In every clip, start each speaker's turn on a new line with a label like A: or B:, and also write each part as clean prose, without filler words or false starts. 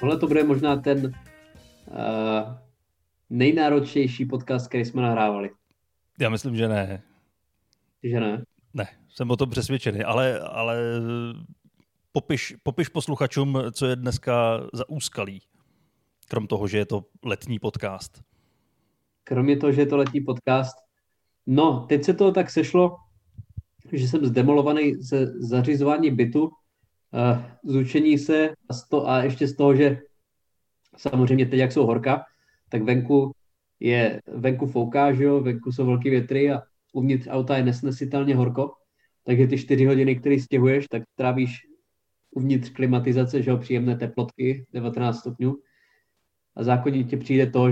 A: Tohle to bude možná ten nejnáročnější podcast, který jsme nahrávali.
B: Já myslím, že ne.
A: Že ne?
B: Ne, jsem o tom přesvědčený, ale popiš posluchačům, co je dneska za úskalí, krom toho, že je to letní podcast.
A: Kromě toho, že je to letní podcast. No, teď se to tak sešlo, že jsem zdemolovaný ze zařizování bytu, z učení se a ještě z toho, že samozřejmě teď, jak jsou horka, tak venku fouká, že jo, venku jsou velký větry a uvnitř auta je nesnesitelně horko, takže ty 4 hodiny, které stěhuješ, tak trávíš uvnitř klimatizace, že jo, příjemné teplotky, 19 stupňů. A zákonitě přijde to,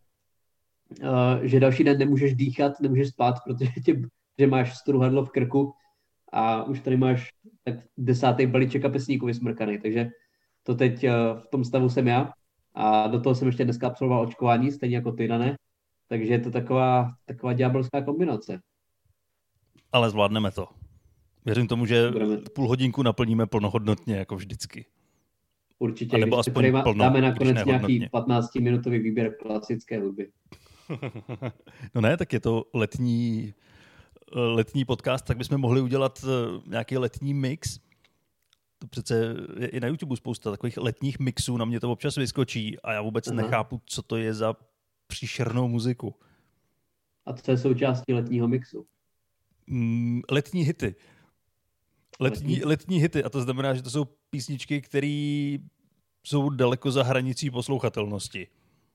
A: že další den nemůžeš dýchat, nemůžeš spát, že máš struhadlo v krku a už tady máš tak 10. balíček kapesníku vysmrkaný. Takže to teď v tom stavu jsem já. A do toho jsem ještě dneska absolvoval očkování, stejně jako ty, Dané. Takže je to taková ďábelská kombinace.
B: Ale zvládneme to. Věřím tomu, že půl hodinku naplníme plnohodnotně, jako vždycky.
A: Určitě,
B: a nebo aspoň
A: dáme nakonec nějaký 15-minutový výběr klasické hudby.
B: No ne, tak je to letní podcast, tak bychom mohli udělat nějaký letní mix. To přece je i na YouTube spousta takových letních mixů, na mě to občas vyskočí a já vůbec nechápu, co to je za příšernou muziku.
A: A co je součástí letního mixu?
B: Letní hity. Letní hity a to znamená, že to jsou písničky, které jsou daleko za hranicí poslouchatelnosti.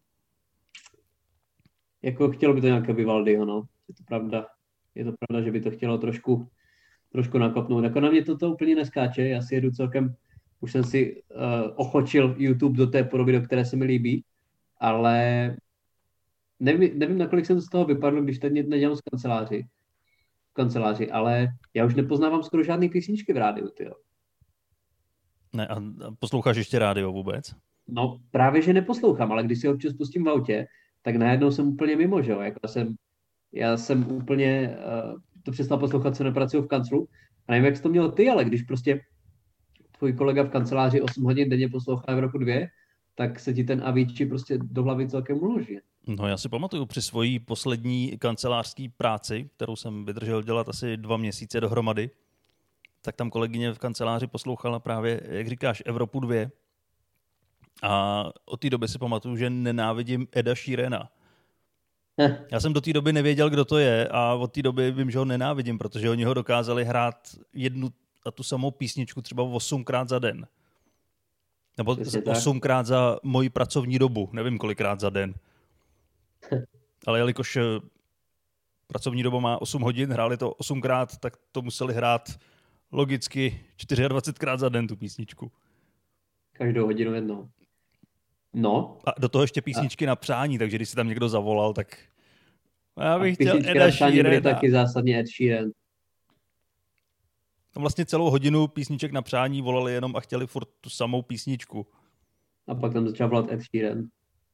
A: Jako chtělo by to nějaké Vivaldiho, no. Je to pravda, že by to chtělo trošku nakopnout. Jako na mě to úplně neskáče, já si jedu už jsem si ochočil YouTube do té podoby, do které se mi líbí, ale nevím, nakolik jsem z toho vypadl, když teď nedělám v kanceláři, ale já už nepoznávám skoro žádný písničky v rádiu, tyjo.
B: Ne, a posloucháš ještě rádio vůbec?
A: No právě, že neposlouchám, ale když si občas pustím v autě, tak najednou jsem úplně mimo, že jo. Jako já jsem úplně to přestal poslouchat, co nepracuju v kanclu. A nevím, jak jsi to měl ty, ale když prostě tvůj kolega v kanceláři 8 hodin denně poslouchá v roku 2, tak se ti ten Avicii prostě do hlavy celkem uloží.
B: No já si pamatuju při svojí poslední kancelářské práci, kterou jsem vydržel dělat asi 2 měsíce dohromady, tak tam kolegyně v kanceláři poslouchala právě, jak říkáš, Evropu 2. A od té doby si pamatuju, že nenávidím Eda Sheerana. Já jsem do té doby nevěděl, kdo to je a od té doby vím, že ho nenávidím, protože oni ho dokázali hrát jednu a tu samou písničku třeba 8krát za den. Nebo 8krát za moji pracovní dobu, nevím kolikrát za den. Ale jelikož pracovní doba má 8 hodin, hráli to 8krát, tak to museli hrát logicky 24krát za den tu písničku.
A: Každou hodinu jednou. No.
B: A do toho ještě písničky na přání, takže když si tam někdo zavolal, tak já bych chtěl Eda Sheerana.
A: Taky zásadně Ed Sheeran.
B: Tam vlastně celou hodinu písniček na přání volali jenom a chtěli furt tu samou písničku.
A: A pak tam začal volat Ed Sheeran.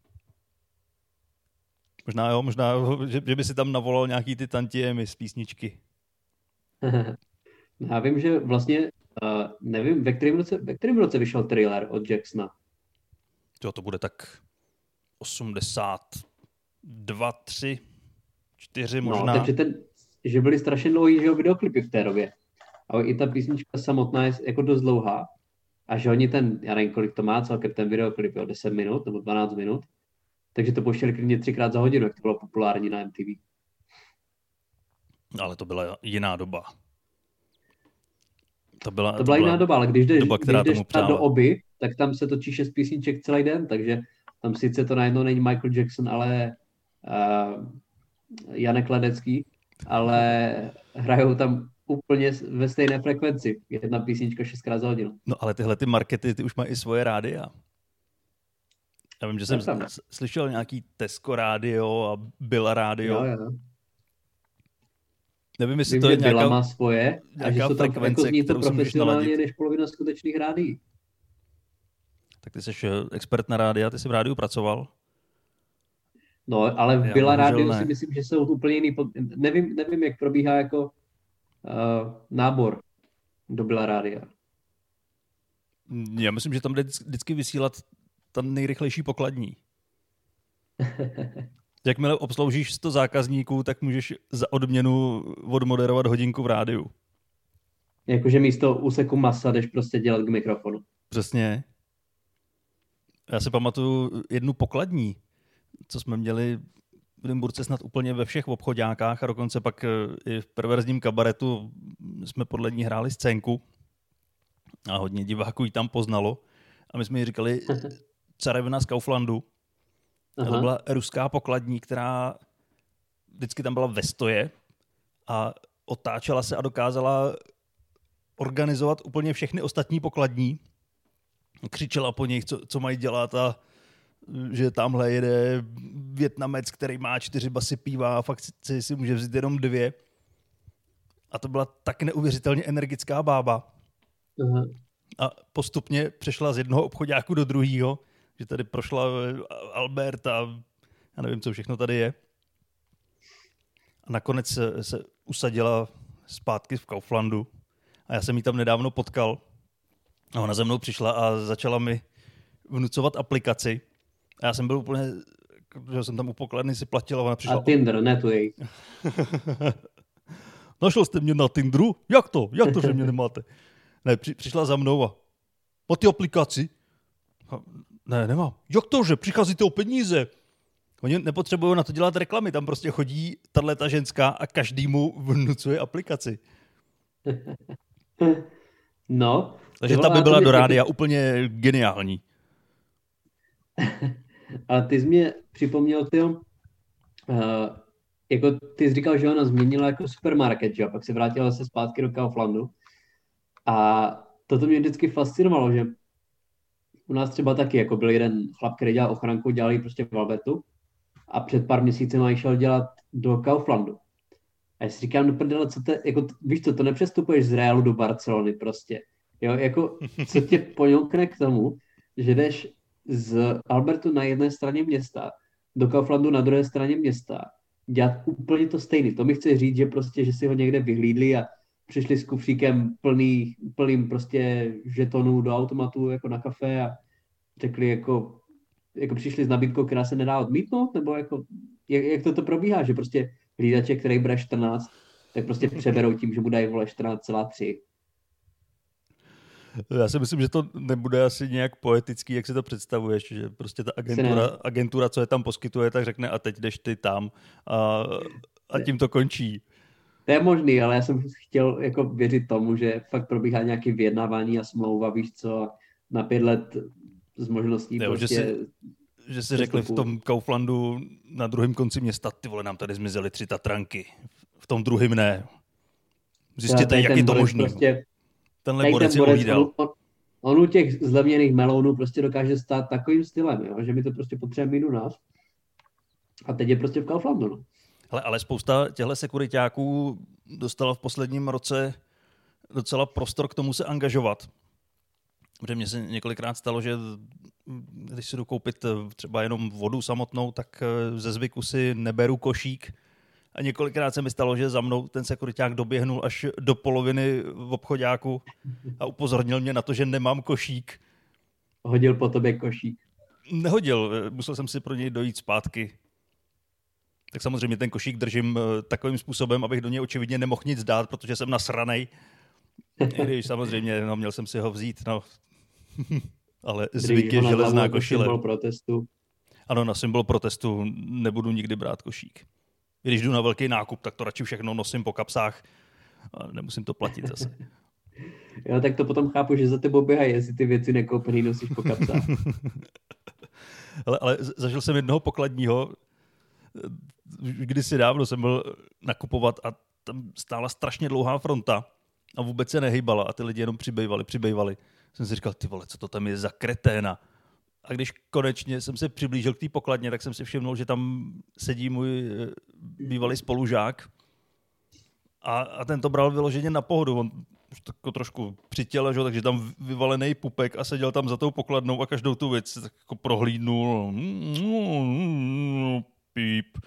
B: Možná, že by si tam navolal nějaký ty tantiemy z písničky.
A: Já vím, že vlastně, nevím, ve kterém roce vyšel Thriller od Jacksona.
B: To bude tak 82, 3, 4 možná.
A: No, takže že byly strašně dlouhý, že videoklipy v té době. A i ta písnička samotná je jako dost dlouhá. A že oni já nevím, kolik to má celkem ten videoklip, 10 minut nebo 12 minut. Takže to pouštěli klidně 3krát za hodinu, jak to bylo populární na MTV.
B: Ale to byla jiná doba.
A: To byla jiná doba, ale když jdeš do Oby, tak tam se točí 6 písniček celý den, takže tam sice to najednou není Michael Jackson, ale Janek Ledecký, ale hrajou tam úplně ve stejné frekvenci. Jedna písnička 6krát za hodinu.
B: No ale tyhle ty markety, ty už mají i svoje rádia. Já vím, že jsem slyšel nějaký Tesco rádio a Billa rádio.
A: Jo.
B: Nevím, jestli to je nějaká
A: Billa má svoje a že jsou tam jako zní to profesionálně než polovina skutečných rádií.
B: Tak ty jsi expert na rádia, ty jsi v rádiu pracoval?
A: No, ale v Billa rádiu si myslím, že jsou úplně jiný. Nevím, jak probíhá jako nábor do Billa rádia.
B: Já myslím, že tam jde vždycky vysílat ta nejrychlejší pokladní. Jakmile obsloužíš 100 zákazníků, tak můžeš za odměnu odmoderovat hodinku v rádiu.
A: Jakože místo úseku masa jdeš prostě dělat k mikrofonu.
B: Přesně. Já si pamatuju jednu pokladní, co jsme měli v Edinburce snad úplně ve všech obchoďákách a dokonce pak i v perverzním kabaretu jsme podle ní hráli scénku a hodně diváků ji tam poznalo a my jsme ji říkali carevna z Kauflandu. A to byla ruská pokladní, která vždycky tam byla ve stoje a otáčela se a dokázala organizovat úplně všechny ostatní pokladní. Křičela po nich, co mají dělat a že tamhle jede Vietnamec, který má 4 basy piva a fakt si může vzít jenom 2. A to byla tak neuvěřitelně energická bába. A postupně přešla z jednoho obchoďáku do druhého, že tady prošla Albert a já nevím, co všechno tady je. A nakonec se usadila zpátky v Kauflandu a já jsem ji tam nedávno potkal a ona za mnou přišla a začala mi vnucovat aplikaci. A já jsem byl úplně, že jsem tam u pokladny si platil a ona přišla.
A: A Tinder, ne tu jej.
B: Našel jste mě na Tinderu? Jak to? Jak to, že mě nemáte? Ne, přišla za mnou a máte aplikaci? Ne, nemám. Jak to, že přicházíte o peníze? Oni nepotřebují na to dělat reklamy, tam prostě chodí tato ženská a každému vnucuje aplikaci.
A: No.
B: Takže ta by byla do rádia úplně geniální.
A: A ty jsi mě připomněl, jako ty jsi říkal, že ona změnila jako supermarket, že? Pak se vrátila se zpátky do Kauflandu. A toto mě vždycky fascinovalo, že u nás třeba taky, jako byl jeden chlap, který dělal ochranku, dělal ji prostě v Albertu a před pár měsíci šel dělat do Kauflandu. A já si říkám, no prdele, co to, jako, víš co, to nepřestupuješ z Realu do Barcelony prostě. Jo, jako, co tě poňoukne k tomu, že jdeš z Albertu na jedné straně města do Kauflandu na druhé straně města dělat úplně to stejný. To mi chce říct, že prostě, že si ho někde vyhlídli a přišli s kufříkem plným prostě žetonů do automatu jako na kafe a řekli jako přišli s nabídkou, která se nedá odmítnout, nebo jako, jak to probíhá, že prostě hlídače, který bude 14, tak prostě přeberou tím, že bude 14,3.
B: Já si myslím, že to nebude asi nějak poetický, jak si to představuješ, že prostě ta agentura, co je tam poskytuje, tak řekne a teď jdeš ty tam a tím to končí.
A: To je možný, ale já jsem chtěl jako věřit tomu, že fakt probíhá nějaké vyjednávání a smlouva, víš co, na 5 let s možností prostě...
B: Že si řekli v tom Kauflandu na druhém konci města, ty vole, nám tady zmizely 3 Tatranky. V tom druhém ne. Zjistěte, jak je to možný. Prostě, tenhle borec je ohlídal.
A: On u těch zlevněných melounů prostě dokáže stát takovým stylem, jo? Že my to prostě potřebujeme mít u nás. A teď je prostě v Kauflandu. No.
B: Ale spousta těchto sekuriťáků dostala v posledním roce docela prostor k tomu se angažovat. Protože mně se několikrát stalo, že když si jdu koupit třeba jenom vodu samotnou, tak ze zvyku si neberu košík. A několikrát se mi stalo, že za mnou ten sekuriťák doběhnul až do poloviny v obchoďáku a upozornil mě na to, že nemám košík.
A: Hodil po tobě košík?
B: Nehodil, musel jsem si pro něj dojít zpátky. Tak samozřejmě ten košík držím takovým způsobem, abych do něj očividně nemohl nic dát, protože jsem nasranej. Když samozřejmě, no, měl jsem si ho vzít, no. Ale zvyk je železná košile.
A: Symbol protestu.
B: Ano, na symbol protestu nebudu nikdy brát košík. Když jdu na velký nákup, tak to radši všechno nosím po kapsách a nemusím to platit zase.
A: Jo, tak to potom chápu, že za tebou běhají, jestli ty věci nekoupený nosíš po kapsách.
B: ale zažil jsem jednoho pokladního, kdysi dávno jsem byl nakupovat a tam stála strašně dlouhá fronta a vůbec se nehýbala a ty lidi jenom přibývali. Jsem si říkal, ty vole, co to tam je za kreténa. A když konečně jsem se přiblížil k té pokladně, tak jsem si všimnul, že tam sedí můj bývalý spolužák a ten to bral vyloženě na pohodu. On trošku přitěl, takže tam vyvalený pupek a seděl tam za tou pokladnou a každou tu věc tak jako prohlídnul. Píp.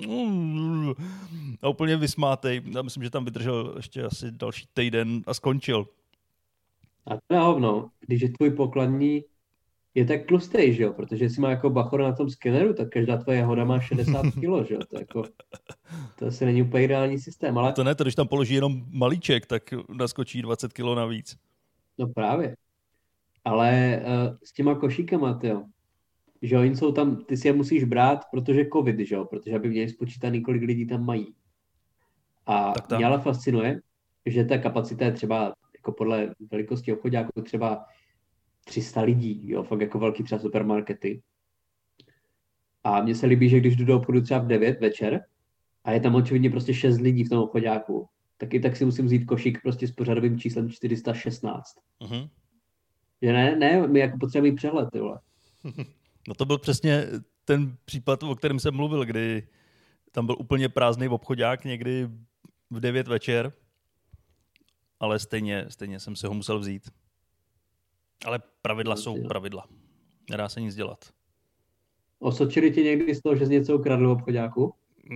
B: A úplně vysmátej. Já myslím, že tam vydržel ještě asi další týden a skončil.
A: A to je hovno, když je tvůj pokladní je tak tlustý, že jo? Protože jestli má jako bachora na tom skeneru, tak každá tvoje hoda má 60 kilo, že jo? To asi není úplně ideální systém,
B: No
A: ale
B: to ne, to když tam položí jenom malíček, tak naskočí 20 kilo navíc.
A: no právě. Ale s těma košíkama, tyjo, že jo, oni jsou tam, ty si je musíš brát, protože covid, že jo? Protože aby měli spočítaný, kolik lidí tam mají. A
B: Tak
A: mě
B: tak.
A: ale fascinuje, že ta kapacita je třeba jako podle velikosti obchodáku třeba 300 lidí, jo, fakt jako velký třeba supermarkety. A mně se líbí, že když jdu do obchodu třeba v 9 večer a je tam očividně prostě 6 lidí v tom obchodáku, tak i tak si musím vzít košík prostě s pořadovým číslem 416.
B: Mhm.
A: Že ne, my jako potřebujeme přehled, ty vole.
B: No to byl přesně ten případ, o kterém jsem mluvil, kdy tam byl úplně prázdný obchodák někdy v 9 večer, ale stejně jsem si ho musel vzít. Ale pravidla jsou pravidla. Nedá se nic dělat.
A: Osočili tě někdy z toho, že jsi něco ukradl v obchodáku?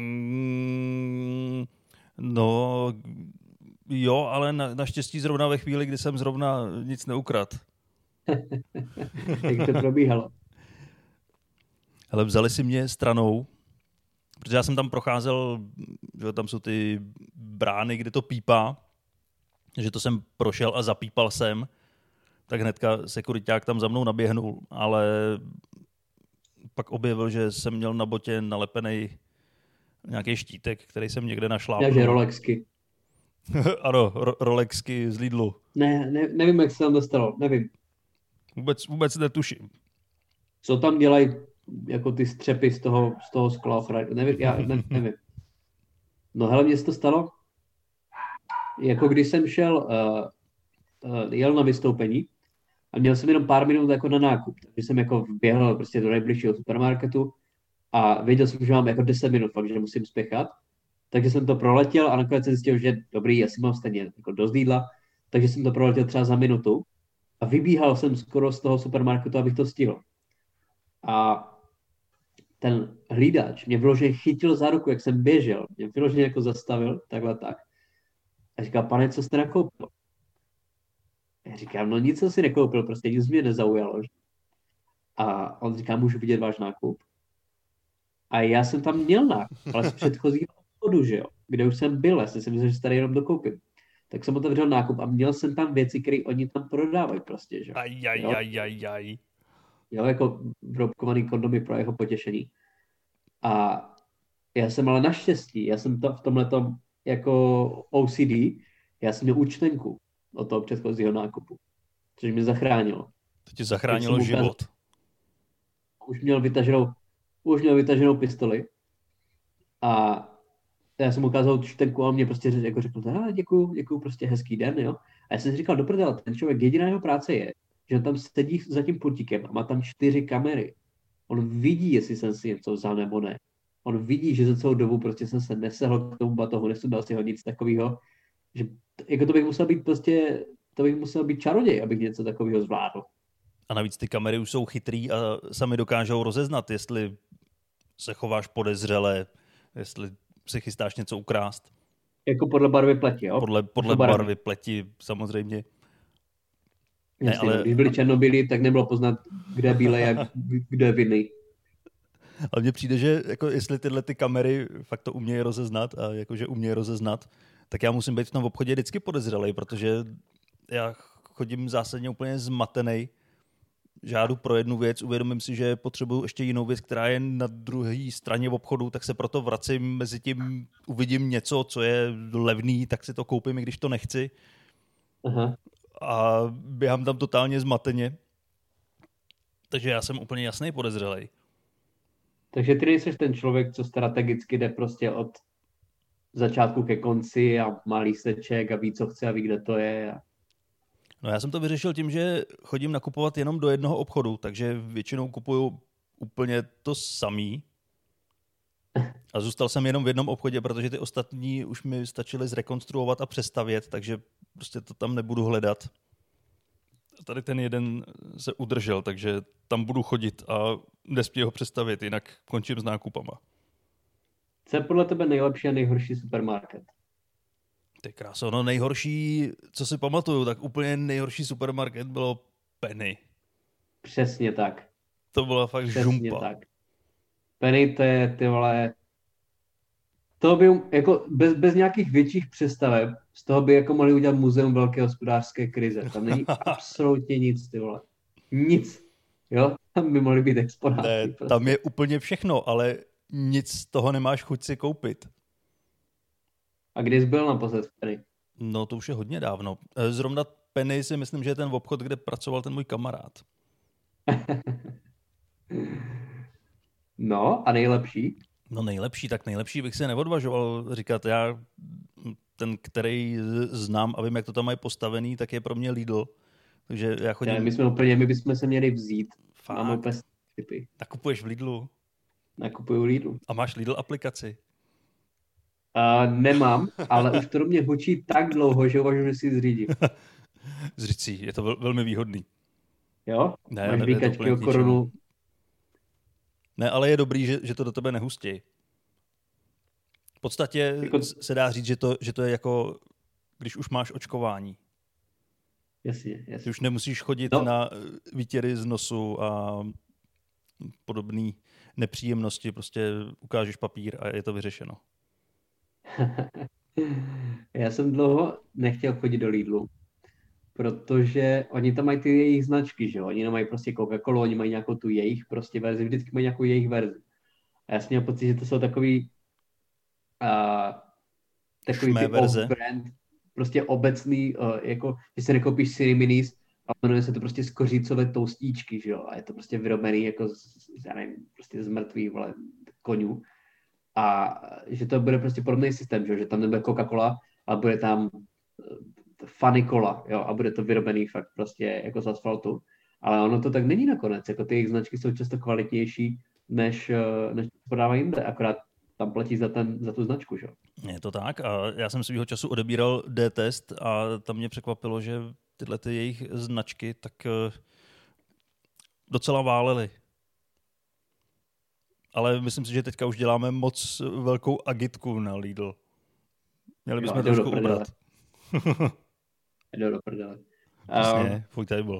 B: No, jo, ale naštěstí zrovna ve chvíli, kdy jsem zrovna nic neukradl.
A: Jak to probíhalo?
B: Ale vzali si mě stranou, protože já jsem tam procházel, že tam jsou ty brány, kde to pípá, že to jsem prošel a zapípal jsem, tak hnedka sekuriťák tam za mnou naběhnul, ale pak objevil, že jsem měl na botě nalepený nějaký štítek, který jsem někde našlápl.
A: Takže Rolexky.
B: Ano, Rolexky z Lidlu.
A: Nevím, jak se tam dostalo, nevím.
B: Vůbec netuším.
A: Co tam dělají jako ty střepy z toho skla? Nevím, nevím. No hele, mně se to stalo, jako když jsem jel na vystoupení a měl jsem jenom pár minut jako na nákup, takže jsem jako běhl prostě do nejbližšího supermarketu a věděl jsem, že mám jako 10 minut, fakt, že musím spěchat. Takže jsem to proletěl a nakonec jsem zjistil, že dobrý, asi mám stejně jako dost jídla, takže jsem to proletěl třeba za minutu a vybíhal jsem skoro z toho supermarketu, abych to stihl. A ten hlídač mě vyloženě chytil za ruku, jak jsem běžel. Mě vyloženě jako zastavil, takhle tak. A říkal, pane, co jste nakoupil? Já říkám, no nic, co si nekoupil, prostě nic mě nezaujalo. A on říká, můžu vidět váš nákup? A já jsem tam měl nákup, ale z předchozího obchodu, že jo, kde už jsem byl, já jsem si myslel, že se tady jenom dokoupím. Tak jsem otevřel nákup a měl jsem tam věci, které oni tam prodávají prostě, že jo. Jo, jako vrobkovaný kondomy pro jeho potěšení. A já jsem ale naštěstí, já jsem to v tomhletom jako OCD, já jsem měl účtenku od toho předchozího nákupu, což mě zachránilo.
B: To ti zachránilo život.
A: Už měl vytaženou pistoli a já jsem ukázal účtenku a on mě prostě jako řekl, děkuju, prostě hezký den, jo. A já jsem si říkal, do prdele, ten člověk, jediná jeho práce je, že on tam sedí za tím pultíkem a má tam 4 kamery. On vidí, jestli jsem si něco vzal nebo ne. On vidí, že za celou dobu prostě jsem se nesehl k tomu batohu, nesundal si ho nic takového, že jako to bych musel být čaroděj, abych něco takového zvládl.
B: A navíc ty kamery už jsou chytrý a sami dokážou rozeznat, jestli se chováš podezřele, jestli si chystáš něco ukrást.
A: Jako podle barvy pleti, jo?
B: Podle barvy pleti, samozřejmě.
A: Jasně, ale když byli černobílí, tak nebylo poznat, kde je bílej a kdo je vinný.
B: Ale mně přijde, že jako jestli tyhle ty kamery fakt to umějí rozeznat a jakože umějí rozeznat, tak já musím být v tom obchodě vždycky podezřelej, protože já chodím zásadně úplně zmatenej. Žádu pro jednu věc, uvědomím si, že potřebuju ještě jinou věc, která je na druhé straně v obchodu, tak se proto vracím, mezi tím uvidím něco, co je levný, tak si to koupím, i když to nechci.
A: Aha.
B: A běhám tam totálně zmateně. Takže já jsem úplně jasný podezřelej.
A: Takže ty nejseš ten člověk, co strategicky jde prostě od začátku ke konci a má lísteček a ví, co chce a ví, kde to je.
B: No já jsem to vyřešil tím, že chodím nakupovat jenom do jednoho obchodu, takže většinou kupuju úplně to samý. A zůstal jsem jenom v jednom obchodě, protože ty ostatní už mi stačily zrekonstruovat a přestavět, takže prostě to tam nebudu hledat. Tady ten jeden se udržel, takže tam budu chodit a nesmí ho přestavět, jinak končím s nákupama.
A: Co je podle tebe nejlepší a nejhorší supermarket?
B: Ty kráso, no nejhorší, co si pamatuju, tak úplně nejhorší supermarket bylo Penny.
A: Přesně tak.
B: To byla fakt
A: Přesně
B: žumpa.
A: tak. Penny, to je, ty vole, to by, jako bez nějakých větších představeb, z toho by jako mohli udělat muzeum velké hospodářské krize. Tam není absolutně nic, ty vole. Nic. Jo? Tam by mohly být
B: Ne,
A: exponáty
B: tam
A: prostě.
B: je úplně všechno, ale nic z toho nemáš chuť si koupit.
A: A kdy jsi byl naposled v Penny?
B: No to už je hodně dávno. Zrovna Penny si myslím, že je ten obchod, kde pracoval ten můj kamarád.
A: No a nejlepší?
B: No nejlepší bych se neodvažoval říkat. Já ten, který znám a vím, jak to tam mají postavený, tak je pro mě Lidl. Takže já chodím...
A: My bychom se měli vzít. Máme úplně
B: Fakt.
A: typy.
B: Nakupuješ v Lidlu?
A: Nakupuju Lidl.
B: A máš Lidl aplikaci?
A: Nemám, ale už to do mě hučí tak dlouho, že uvažuji, že si ji zřídím.
B: Zříď si, je to velmi výhodný.
A: Jo?
B: Ne,
A: Máš
B: nevím,
A: výkačky o korunu.
B: Ne, ale je dobrý, že to do tebe nehustí. V podstatě
A: Jako...
B: se dá říct, že to je jako, když už máš očkování.
A: Jasně.
B: Ty už nemusíš chodit na výtěry z nosu a podobné nepříjemnosti. Prostě ukážeš papír a je to vyřešeno.
A: Já jsem dlouho nechtěl chodit do Lidlu, protože oni tam mají ty jejich značky, že jo? Oni nemají prostě Coca-Colu, oni mají nějakou tu jejich prostě verzi, vždycky mají nějakou jejich verzi. A já jsem měl pocit, že to jsou takový ty off-brand, prostě obecný, jako, že se nekoupíš Siri Minis a jmenuje se to prostě skořicové toustíčky, že jo? A je to prostě vyrobený jako já nevím, prostě z mrtvých, vole, konňů. A že to bude prostě podobný systém, že tam nebude Coca-Cola, ale bude tam Funny Cola, jo, a bude to vyrobený fakt prostě jako z asfaltu. Ale ono to tak není nakonec, jako ty jejich značky jsou často kvalitnější, než podávají jinde, akorát tam platí za tu značku, že jo.
B: Je to tak a já jsem svýho času odebíral D-test a tam mě překvapilo, že tyhle ty jejich značky tak docela válely. Ale myslím si, že teďka už děláme moc velkou agitku na Lidl. Měli bychom trošku ubrat.
A: Jde do prdele.
B: Přesně, fuj table.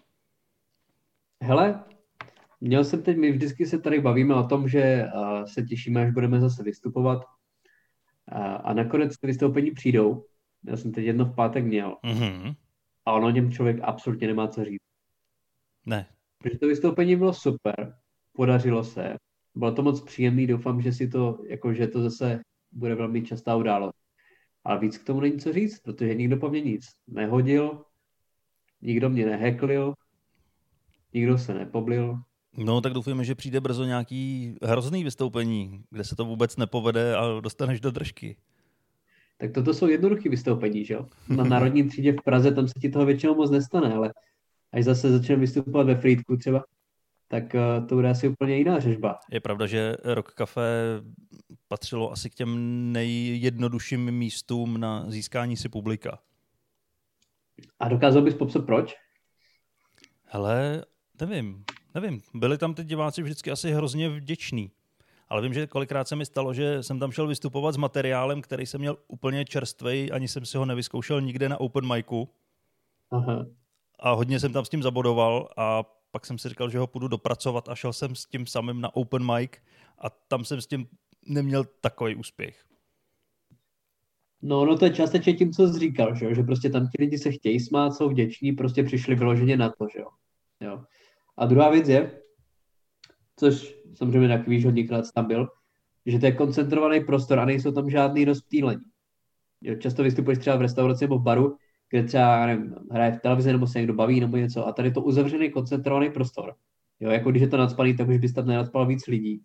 A: Hele, my vždycky se tady bavíme o tom, že se těšíme, až budeme zase vystupovat. A nakonec ty vystoupení přijdou. Já jsem teď jedno v pátek měl.
B: Mm-hmm.
A: A ono o něm člověk absolutně nemá co říct.
B: Ne.
A: Protože to vystoupení bylo super. Podařilo se. Bylo to moc příjemný. Doufám, že že to zase bude velmi častá událost. Ale víc k tomu není co říct, protože nikdo po mně nic nehodil, nikdo mě neheklil, nikdo se nepoblil.
B: No, tak doufujeme, že přijde brzo nějaký hrozný vystoupení, kde se to vůbec nepovede a dostaneš do držky.
A: Tak toto jsou jednoduché vystoupení, že jo? Na Národní třídě v Praze tam se ti toho většinou moc nestane, ale až zase začneme vystupovat ve Frýdku třeba, tak to bude asi úplně jiná řežba.
B: Je pravda, že Rock Café patřilo asi k těm nejjednodušším místům na získání si publika.
A: A dokázal bys popsat proč?
B: Hele, nevím. Byli tam ty diváci vždycky asi hrozně vděční. Ale vím, že kolikrát se mi stalo, že jsem tam šel vystupovat s materiálem, který jsem měl úplně čerstvej, ani jsem si ho nevyzkoušel nikde na open micu.
A: Aha.
B: A hodně jsem tam s tím zabodoval a pak jsem si říkal, že ho půjdu dopracovat a šel jsem s tím samým na open mic a tam jsem s tím neměl takový úspěch.
A: No to je částečně tím, co jsi říkal, že prostě tam ti lidi se chtějí smát, jsou vděční, prostě přišli vyloženě na to, že jo. A druhá věc je, což samozřejmě taky víš, hodněkrát tam byl, že to je koncentrovaný prostor a nejsou tam žádný rozptýlení. Často vystupuješ třeba v restauraci nebo v baru, kde třeba nevím, hraje v televizi nebo se někdo baví nebo něco a tady je to uzavřený koncentrovaný prostor. Jo, jako když je to nacpaný, tak už bys tam nenacpal víc lidí.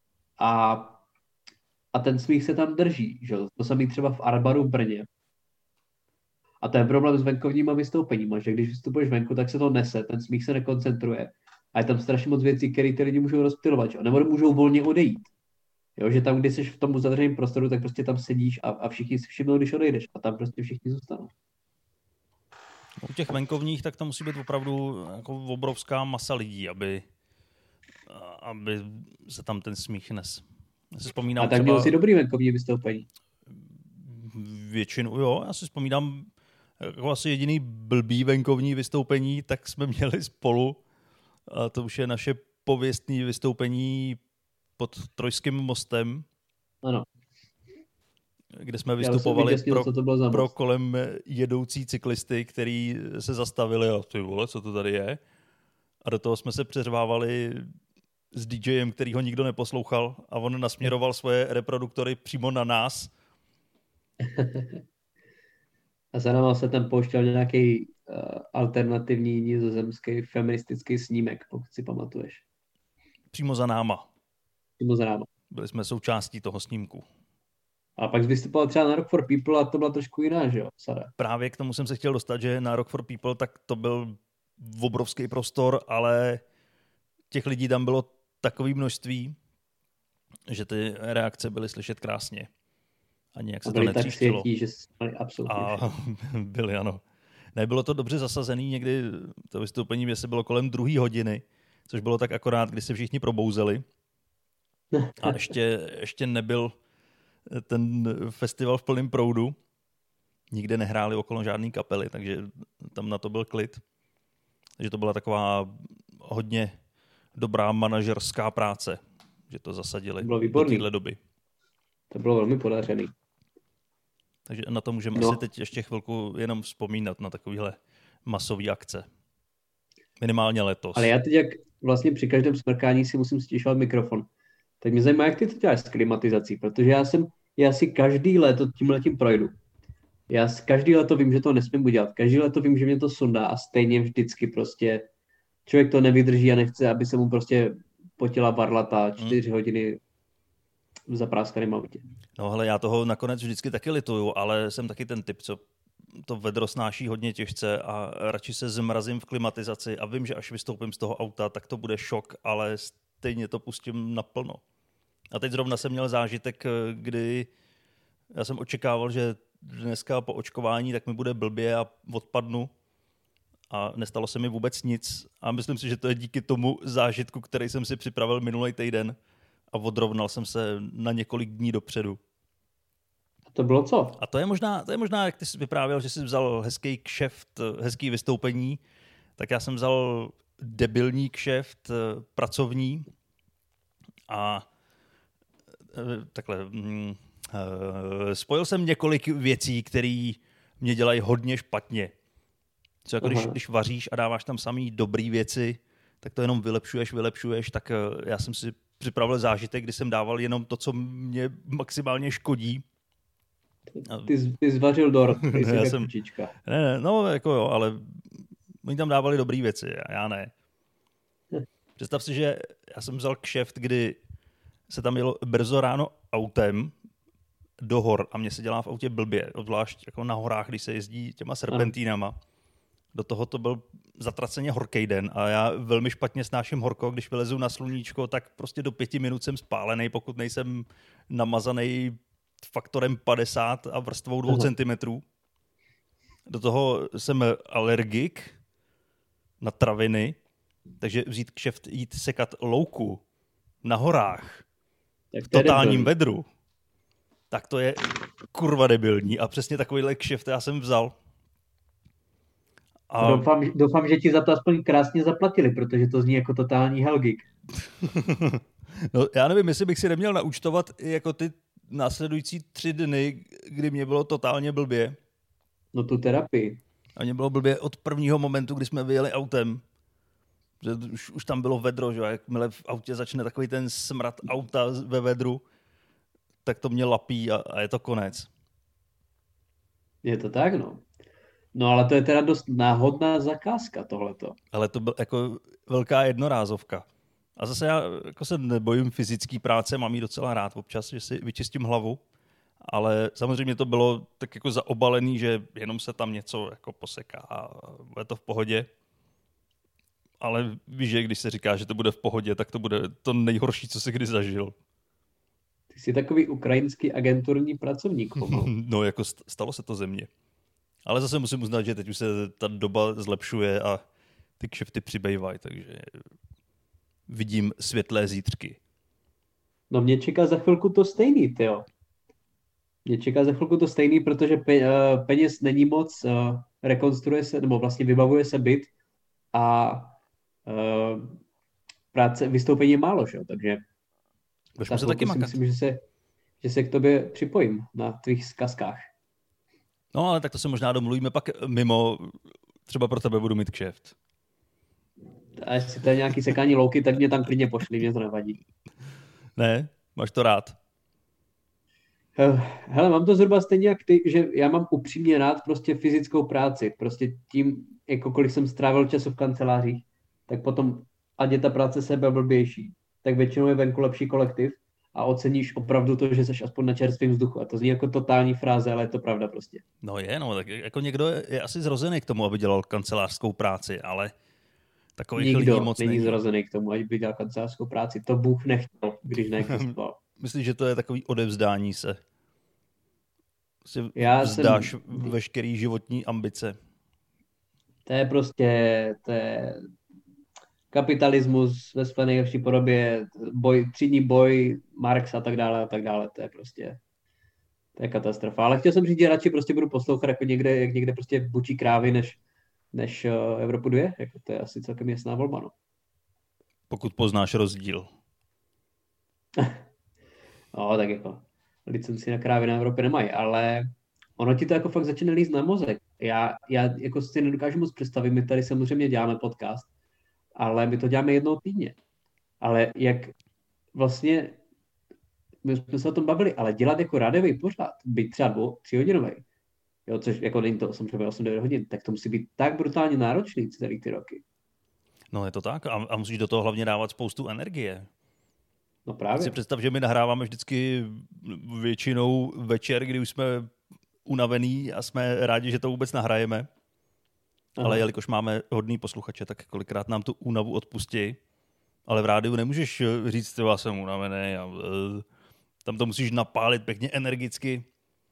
A: A ten smích se tam drží. Že? To samý třeba v Arbaru v Brně. A to je problém s venkovníma vystoupeníma, že když vystupuješ venku, tak se to nese, ten smích se nekoncentruje. A je tam strašně moc věcí, které ty lidi můžou rozptylovat, že? Nebo můžou volně odejít. Jo, že tam, když jsi v tom uzavřeném prostoru, tak prostě tam sedíš a všichni si všimnou, když odejdeš. A tam prostě všichni zůstanou.
B: U těch venkovních tak to musí být opravdu jako obrovská masa lidí, aby se tam ten smích nes.
A: A tak třeba... měl jsi dobrý venkovní vystoupení.
B: Většinu, jo. Já si vzpomínám jako asi jediný blbý venkovní vystoupení, tak jsme měli spolu A to už je naše pověstné vystoupení pod Trojským mostem.
A: Ano.
B: Kde jsme vystupovali
A: vytěsnil,
B: pro kolem jedoucí cyklisty, který se zastavili a ty vole, co to tady je? A do toho jsme se přeřvávali s DJem, který ho nikdo neposlouchal a on nasměroval svoje reproduktory přímo na nás.
A: A za náma se tam pouštěl nějaký alternativní nizozemský feministický snímek, pokud si pamatuješ.
B: Přímo za náma.
A: Přímo za náma.
B: Byli jsme součástí toho snímku.
A: A pak jsi vystupoval třeba na Rock for People a to byla trošku jiná, že jo, Sada?
B: Právě k tomu jsem se chtěl dostat, že na Rock for People tak to byl obrovský prostor, ale těch lidí tam bylo takové množství, že ty reakce byly slyšet krásně. A nějak se to netříštilo.
A: Tak že byli absolutně
B: byli, ano. Nebylo to dobře zasazený, někdy to vystoupení mě se bylo kolem 2 hodiny, což bylo tak akorát, kdy se všichni probouzeli. A ještě nebyl ten festival v plném proudu. Nikde nehráli okolo žádný kapely, takže tam na to byl klid. Takže to byla taková hodně dobrá manažerská práce, že to zasadili do téhle doby.
A: To bylo velmi podařený.
B: Takže na to můžeme asi teď ještě chvilku jenom vzpomínat na takovéhle masové akce. Minimálně letos.
A: Ale já teď, jak vlastně při každém smrkání si musím stěšovat mikrofon, tak mě zajímá, jak ty to děláš s klimatizací, protože já si každý léto tímhletím projdu. Já každý léto vím, že to nesmím udělat. Každý léto vím, že mě to sundá a stejně vždycky prostě člověk to nevydrží a nechce, aby se mu prostě potila varlata 4 hodiny v zapráskaném autě.
B: No hele, já toho nakonec vždycky taky lituju, ale jsem taky ten typ, co to vedro snáší hodně těžce a radši se zmrazím v klimatizaci a vím, že až vystoupím z toho auta, tak to bude šok, ale stejně to pustím naplno. A teď zrovna jsem měl zážitek, kdy já jsem očekával, že dneska po očkování tak mi bude blbě a odpadnu a nestalo se mi vůbec nic. A myslím si, že to je díky tomu zážitku, který jsem si připravil minulý týden a odrovnal jsem se na několik dní dopředu.
A: A to bylo co?
B: A to je možná, jak ty jsi vyprávěl, že jsi vzal hezký kšeft, hezký vystoupení, tak já jsem vzal debilní kšeft, pracovní a takhle spojil jsem několik věcí, které mě dělají hodně špatně. Co jako když vaříš a dáváš tam samý dobrý věci, tak to jenom vylepšuješ, tak já jsem si připravil zážitek, kdy jsem dával jenom to, co mě maximálně škodí.
A: Ty zvařil dort, ty jsi
B: kučička. Ne, no jako jo, ale oni tam dávali dobrý věci, já ne. Představ si, že já jsem vzal kšeft, kdy se tam jelo brzo ráno autem do hor a mně se dělá v autě blbě, obzvlášť jako na horách, když se jezdí těma serpentínama. Do toho to byl zatraceně horký den a já velmi špatně snáším horko, když vylezu na sluníčko, tak prostě do 5 minut jsem spálený, pokud nejsem namazaný faktorem 50 a vrstvou 2 centimetrů. Do toho jsem alergik na traviny, takže vzít kšeft, jít sekat louku na horách v totálním vedru, tak to je kurva debilní a přesně takovýhle kšeft já jsem vzal.
A: A doufám, že ti za to aspoň krásně zaplatili, protože to zní jako totální hellgeek.
B: No, já nevím, jestli bych si neměl naúčtovat i jako ty následující 3 dny, kdy mě bylo totálně blbě.
A: No tu terapii.
B: A mě bylo blbě od prvního momentu, kdy jsme vyjeli autem. Že už tam bylo vedro, že jakmile v autě začne takový ten smrad auta ve vedru, tak to mě lapí a je to konec.
A: Je to tak, no. No ale to je teda dost náhodná zakázka tohleto.
B: Ale to byl jako velká jednorázovka. A zase já jako se nebojím fyzické práce, mám ji docela rád občas, že si vyčistím hlavu, ale samozřejmě to bylo tak jako zaobalený, že jenom se tam něco jako poseká a je to v pohodě. Ale víš, že když se říká, že to bude v pohodě, tak to bude to nejhorší, co jsi kdy zažil.
A: Ty jsi takový ukrajinský agenturní pracovník.
B: No, jako stalo se to ze mě. Ale zase musím uznat, že teď už se ta doba zlepšuje a ty kšefty přibývají, takže vidím světlé zítřky.
A: No mě čeká za chvilku to stejný, tyjo. Mě čeká za chvilku to stejný, protože peněz není moc, rekonstruuje se, nebo vlastně vybavuje se byt a práce, vystoupení je málo, že? Takže
B: Budeme se taky
A: si
B: makat.
A: myslím, že se k tobě připojím na tvých zkazkách.
B: No, ale tak to se možná domluvíme pak mimo, třeba pro tebe budu mít kšeft.
A: A jestli to je nějaký sekání louky, tak mě tam klidně pošli, mě to nevadí.
B: Ne? Máš to rád?
A: Hele, mám to zhruba stejně jak ty, že já mám upřímně rád prostě fyzickou práci. Prostě tím, jako kolik jsem strávil času v kancelářích, tak potom, ať je ta práce sebeblbější, tak většinou je venku lepší kolektiv a oceníš opravdu to, že jsi aspoň na čerstvém vzduchu. A to zní jako totální fráze, ale je to pravda prostě.
B: No je, no, tak jako někdo je asi zrozený k tomu, aby dělal kancelářskou práci, ale takových lidí moc
A: není
B: není.
A: zrozený k tomu, ať by dělal kancelářskou práci. To Bůh nechtěl, když neexistoval.
B: Myslíš, že to je takový odevzdání se?
A: Já
B: vzdáš veškerý životní ambice.
A: To je prostě, to je kapitalismus ve své nejlepší podobě, třídní boj, Marx a tak dále, to je prostě, to je katastrofa. Ale chtěl jsem říct, že radši prostě budu poslouchat jako někde prostě bučí krávy, než Evropu 2, jako to je asi celkem jasná volba, no.
B: Pokud poznáš rozdíl.
A: No, tak jako licenci na krávy na Evropě nemají, ale ono ti to jako fakt začne líst na mozek. Já jako si nedokážu moc představit, my tady samozřejmě děláme podcast, ale my to děláme jednou týdně. Ale jak vlastně, my jsme se o tom bavili, ale dělat jako rádiový pořád, být třeba 3hodinový, jo, což jako není to 8-9 hodin, tak to musí být tak brutálně náročný celý ty roky.
B: No je to tak a musíš do toho hlavně dávat spoustu energie.
A: No právě.
B: Si představ, že my nahráváme vždycky většinou večer, kdy už jsme unavený a jsme rádi, že to vůbec nahrajeme. Aha. Ale jelikož máme hodný posluchače, tak kolikrát nám tu únavu odpustí. Ale v rádiu nemůžeš říct, že já jsem unavený. Tam to musíš napálit pěkně energicky.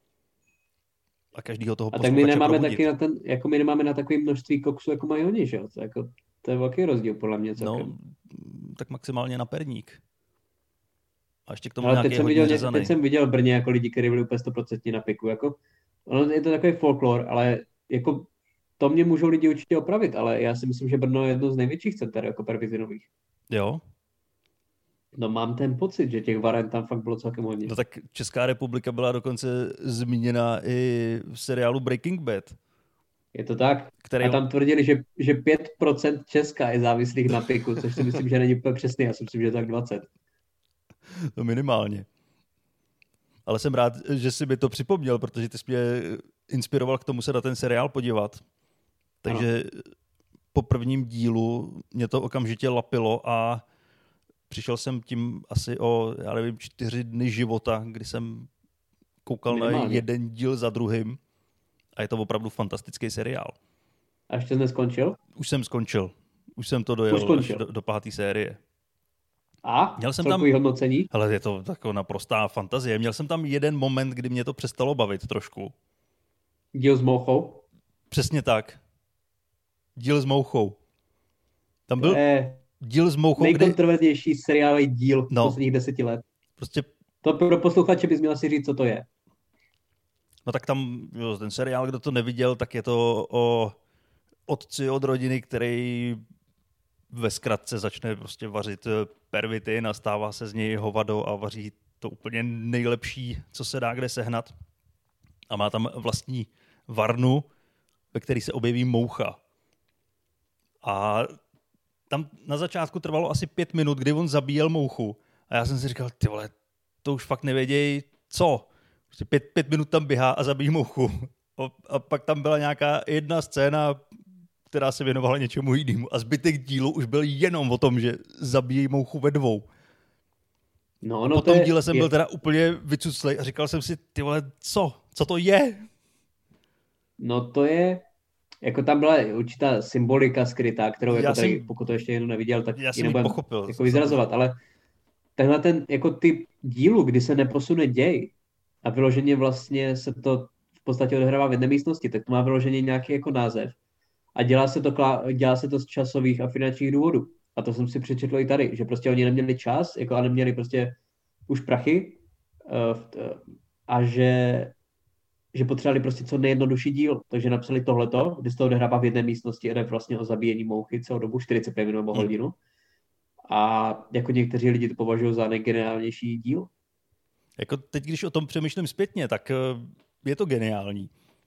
B: A každýho toho posluchače
A: tak my nemáme
B: probudit.
A: taky my nemáme na takové množství koksu, jako mají oni, že jo? To je velký rozdíl podle mě celkem.
B: No, tak maximálně na perník. A ještě k tomu
A: ale
B: nějaký hodně řezaný.
A: teď jsem viděl v Brně jako lidi, kteří byli úplně 100% na piku. Jako, ono je to takový folklor, ale jako to mě můžou lidi určitě opravit, ale já si myslím, že Brno je jedno z největších center jako pervizinových.
B: Jo?
A: No mám ten pocit, že těch variant tam fakt bylo celkem hodně.
B: No tak Česká republika byla dokonce zmíněna i v seriálu Breaking Bad.
A: Je to tak? A tam tvrdili, že 5% Česka je závislých na piku, což si myslím, že není úplně přesný. Já si myslím, že je tak 20.
B: No minimálně. Ale jsem rád, že jsi mi to připomněl, protože ty jsi mě inspiroval k tomu se na ten seriál podívat. Takže po prvním dílu mě to okamžitě lapilo a přišel jsem tím asi o, 4 dny života, kdy jsem koukal na jeden díl za druhým. A je to opravdu fantastický seriál.
A: A ještě jsi neskončil?
B: Už jsem skončil. Už jsem to dojel až do 5. série.
A: A?
B: Měl jsem tam
A: hodnocení?
B: Hele, je to taková naprostá fantazie. Měl jsem tam jeden moment, kdy mě to přestalo bavit trošku.
A: Díl s mouchou?
B: Přesně tak. Díl s mouchou. Tam byl díl s mouchou,
A: nejkontroverznější seriálový díl posledních 10 let.
B: Prostě
A: to pro posluchače bys měl si říct, co to je.
B: No tak tam, jo, ten seriál, kdo to neviděl, tak je to o otci od rodiny, který ve zkratce začne prostě vařit pervitin a stává se z něj hovado a vaří to úplně nejlepší, co se dá kde sehnat. A má tam vlastní varnu, ve který se objeví moucha. A tam na začátku trvalo asi 5 minut, kdy on zabíjel mouchu. A já jsem si říkal, ty vole, to už fakt nevěděj, co? Prostě 5 minut tam běhá a zabíjí mouchu. A pak tam byla nějaká jedna scéna, která se věnovala něčemu jinému. A zbytek dílu už byl jenom o tom, že zabíjí mouchu ve 2.
A: No,
B: po tom díle jsem byl teda úplně vycuclej a říkal jsem si, ty vole, co? Co to je?
A: No to je, jako tam byla určitá symbolika skrytá, kterou jako tady, pokud to ještě jednou neviděl, tak ji nebudem jako vyzrazovat, ale tenhle ten, jako ty dílu, kdy se neposune děj a vyloženě vlastně se to v podstatě odehrává v jedné místnosti, tak to má vyloženě nějaký jako název. A dělá se to z časových a finančních důvodů. A to jsem si přečetl i tady, že prostě oni neměli čas, jako a neměli prostě už prachy a že že potřebovali prostě co nejjednodušší díl, takže napsali tohleto, kdy se to odehrává v jedné místnosti a jde vlastně o zabíjení mouchy celou dobu, 45 minut nebo hodinu. A jako někteří lidi to považují za nejgeniálnější díl.
B: Jako teď, když o tom přemýšlím zpětně, tak je to geniální.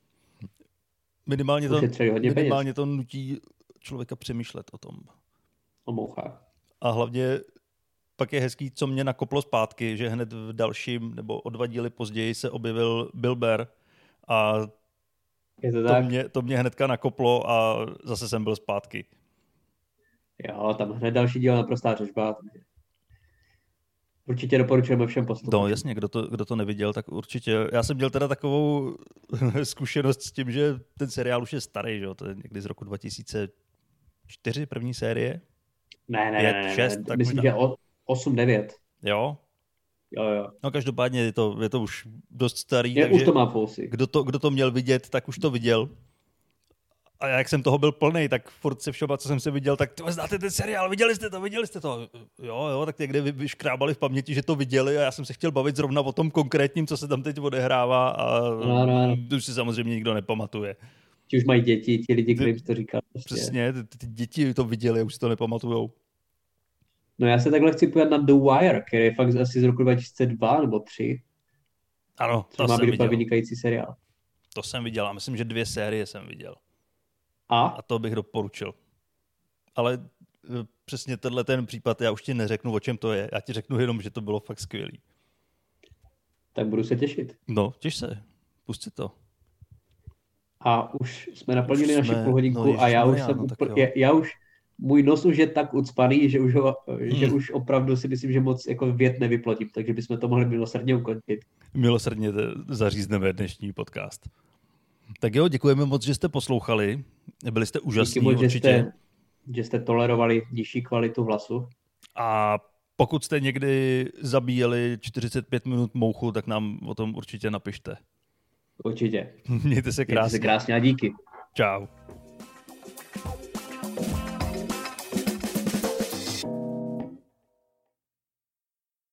B: Minimálně to nutí člověka přemýšlet o tom.
A: O mouchách.
B: A hlavně pak je hezký, co mě nakoplo zpátky, že hned v dalším, nebo o 2 díly později se objevil Bill Burr a to mě hnedka nakoplo a zase jsem byl zpátky.
A: Jo, tam hned další díl naprostá řežba. Určitě doporučujeme všem postupům.
B: No jasně, kdo to neviděl, tak určitě. Já jsem měl teda takovou zkušenost s tím, že ten seriál už je starý, že jo? To je někdy z roku 2004, první série.
A: Ne.
B: 6, tak
A: myslím, že 8-9.
B: Jo?
A: Jo.
B: No každopádně je to už dost starý,
A: takže už to má fousy.
B: Kdo to měl vidět, tak už to viděl. A jak jsem toho byl plnej, tak furt se všema, co jsem se viděl, tak znáte ten seriál, viděli jste to? Jo, tak někde vyškrábali v paměti, že to viděli a já jsem se chtěl bavit zrovna o tom konkrétním, co se tam teď odehrává a už si samozřejmě nikdo nepamatuje.
A: Ti už mají děti, ti lidi, kterým to říkal. Prostě.
B: Přesně, ty děti to viděli a už si to nepamatujou.
A: No já se takhle chci podívat na The Wire, který je fakt asi z roku 2002 nebo 3.
B: Ano,
A: to má být vynikající seriál.
B: To jsem viděl a myslím, že 2 série jsem viděl.
A: A
B: to bych doporučil. Ale přesně ten případ, já už ti neřeknu, o čem to je. Já ti řeknu jenom, že to bylo fakt skvělý.
A: Tak budu se těšit.
B: No, těš se. Pust si to.
A: A už jsme naplnili naši půlhodinku a já už můj nos už je tak ucpaný, že už opravdu si myslím, že moc jako vět nevyplodím, takže bychom to mohli milosrdně ukončit.
B: Milosrdně zařízneme dnešní podcast. Tak jo, děkujeme moc, že jste poslouchali. Byli jste úžasní
A: moc,
B: určitě.
A: Že jste tolerovali nižší kvalitu hlasu.
B: A pokud jste někdy zabíjeli 45 minut mouchu, tak nám o tom určitě napište.
A: Určitě.
B: Mějte se krásně.
A: Mějte se krásně a díky.
B: Čau.